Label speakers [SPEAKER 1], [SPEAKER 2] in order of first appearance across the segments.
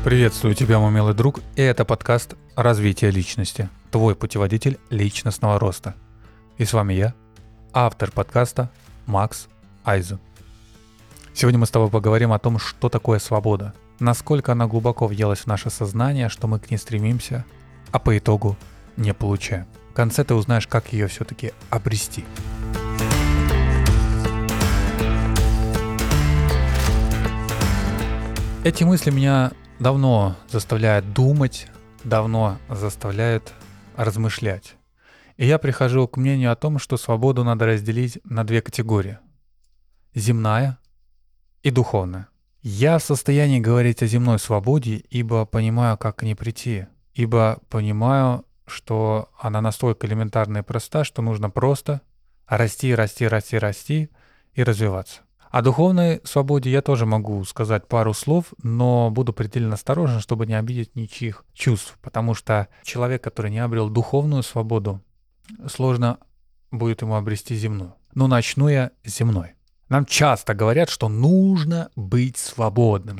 [SPEAKER 1] Приветствую тебя, мой милый друг, и это подкаст «Развитие личности», твой путеводитель личностного роста. И с вами я, автор подкаста Макс Айзен. Сегодня мы с тобой поговорим о том, что такое свобода, насколько она глубоко въелась в наше сознание, что мы к ней стремимся, а по итогу не получаем. В конце ты узнаешь, как ее все-таки обрести. Эти мысли меня давно заставляют думать, давно заставляют размышлять. И я прихожу к мнению о том, что свободу надо разделить на две категории – земная и духовная. Я в состоянии говорить о земной свободе, ибо понимаю, как к ней прийти, ибо понимаю, что она настолько элементарна и проста, что нужно просто расти и развиваться. О духовной свободе я тоже могу сказать пару слов, но буду предельно осторожен, чтобы не обидеть ничьих чувств, потому что человек, который не обрел духовную свободу, сложно будет ему обрести земную. Но начну я с земной. Нам часто говорят, что нужно быть свободным,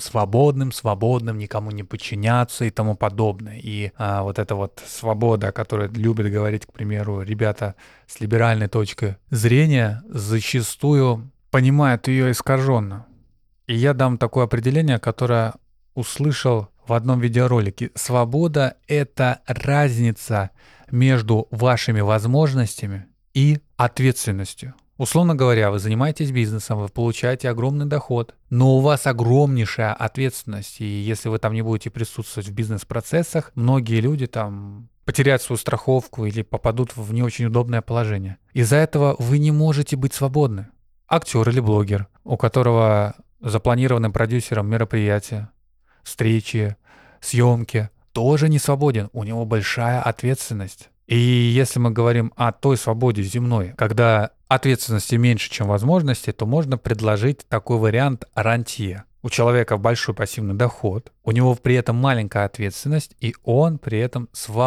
[SPEAKER 1] никому не подчиняться и тому подобное. И вот эта вот свобода, о которой любят говорить, к примеру, ребята с либеральной точки зрения, зачастую понимают ее искаженно. И я дам такое определение, которое услышал в одном видеоролике. Свобода — это разница между вашими возможностями и ответственностью. Условно говоря, вы занимаетесь бизнесом, вы получаете огромный доход, но у вас огромнейшая ответственность. И если вы там не будете присутствовать в бизнес-процессах, многие люди там потеряют свою страховку или попадут в не очень удобное положение. Из-за этого вы не можете быть свободны. Актер или блогер, у которого запланированы продюсером мероприятия, встречи, съемки, тоже не свободен, у него большая ответственность. И если мы говорим о той свободе земной, когда ответственности меньше, чем возможностей, то можно предложить такой вариант рантье. У человека большой пассивный доход, у него при этом маленькая ответственность, и он при этом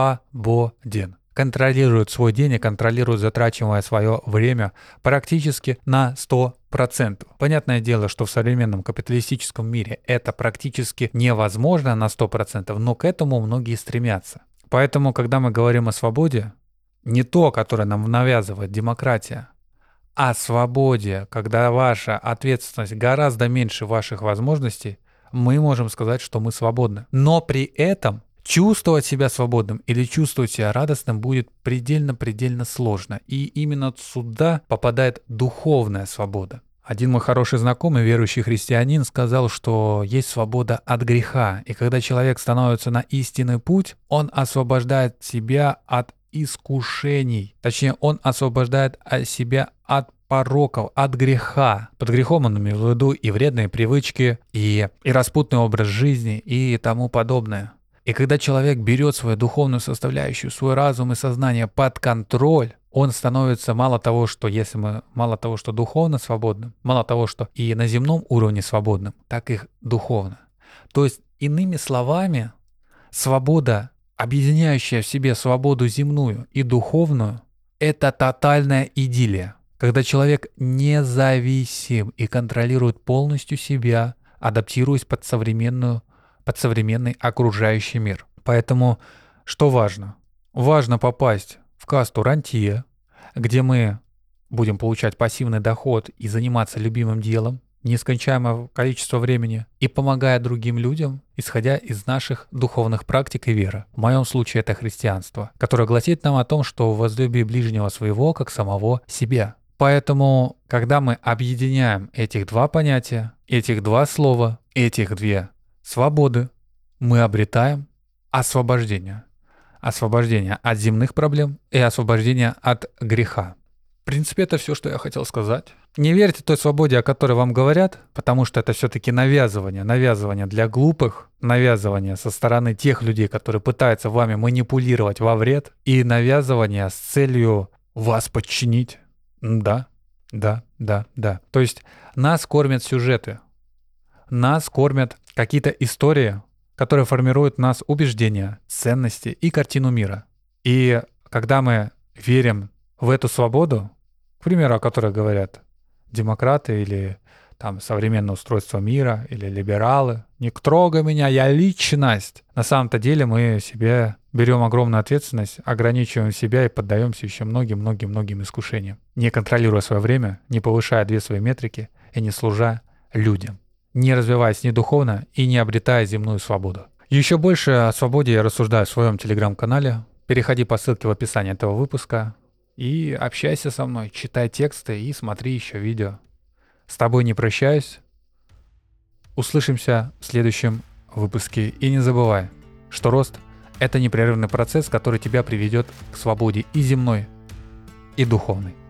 [SPEAKER 1] свободен. Контролирует свой день и контролирует затрачиваемое свое время практически на 100%. Понятное дело, что в современном капиталистическом мире это практически невозможно на 100%, но к этому многие стремятся. Поэтому, когда мы говорим о свободе, не то, которое нам навязывает демократия, а свободе, когда ваша ответственность гораздо меньше ваших возможностей, мы можем сказать, что мы свободны. Но при этом чувствовать себя свободным или чувствовать себя радостным будет предельно сложно. И именно сюда попадает духовная свобода. Один мой хороший знакомый, верующий христианин, сказал, что есть свобода от греха. И когда человек становится на истинный путь, он освобождает себя от искушений. Точнее, он освобождает себя от пороков, от греха. Под грехом он имеет в виду и вредные привычки, и распутный образ жизни, и тому подобное. И когда человек берет свою духовную составляющую, свой разум и сознание под контроль, он становится мало того, что духовно свободным, мало того, что и на земном уровне свободным, так и духовно. То есть, иными словами, свобода, объединяющая в себе свободу земную и духовную, это тотальная идиллия, когда человек независим и контролирует полностью себя, адаптируясь под современный окружающий мир. Поэтому что важно? Важно попасть в касту рантье, где мы будем получать пассивный доход и заниматься любимым делом нескончаемое количество времени и помогая другим людям, исходя из наших духовных практик и веры. В моем случае это христианство, которое гласит нам о том, что возлюби ближнего своего, как самого себя. Поэтому, когда мы объединяем этих два понятия, этих два слова, этих две свободы, мы обретаем освобождение. Освобождение от земных проблем и освобождение от греха. В принципе, это все, что я хотел сказать. Не верьте той свободе, о которой вам говорят, потому что это все-таки навязывание для глупых, навязывание со стороны тех людей, которые пытаются вами манипулировать во вред, и навязывание с целью вас подчинить. Да. То есть нас кормят сюжеты, нас кормят какие-то истории, которые формируют в нас убеждения, ценности и картину мира. И когда мы верим в эту свободу, к примеру, о которой говорят демократы или там современное устройство мира или либералы. Не трогай меня, я личность. На самом-то деле мы себе берем огромную ответственность, ограничиваем себя и поддаемся еще многим-многим-многим искушениям, не контролируя свое время, не повышая две свои метрики и не служа людям, не развиваясь ни духовно и не обретая земную свободу. Еще больше о свободе я рассуждаю в своем телеграм-канале. Переходи по ссылке в описании этого выпуска и общайся со мной, читай тексты и смотри еще видео. С тобой не прощаюсь. Услышимся в следующем выпуске. И не забывай, что рост — это непрерывный процесс, который тебя приведет к свободе и земной, и духовной.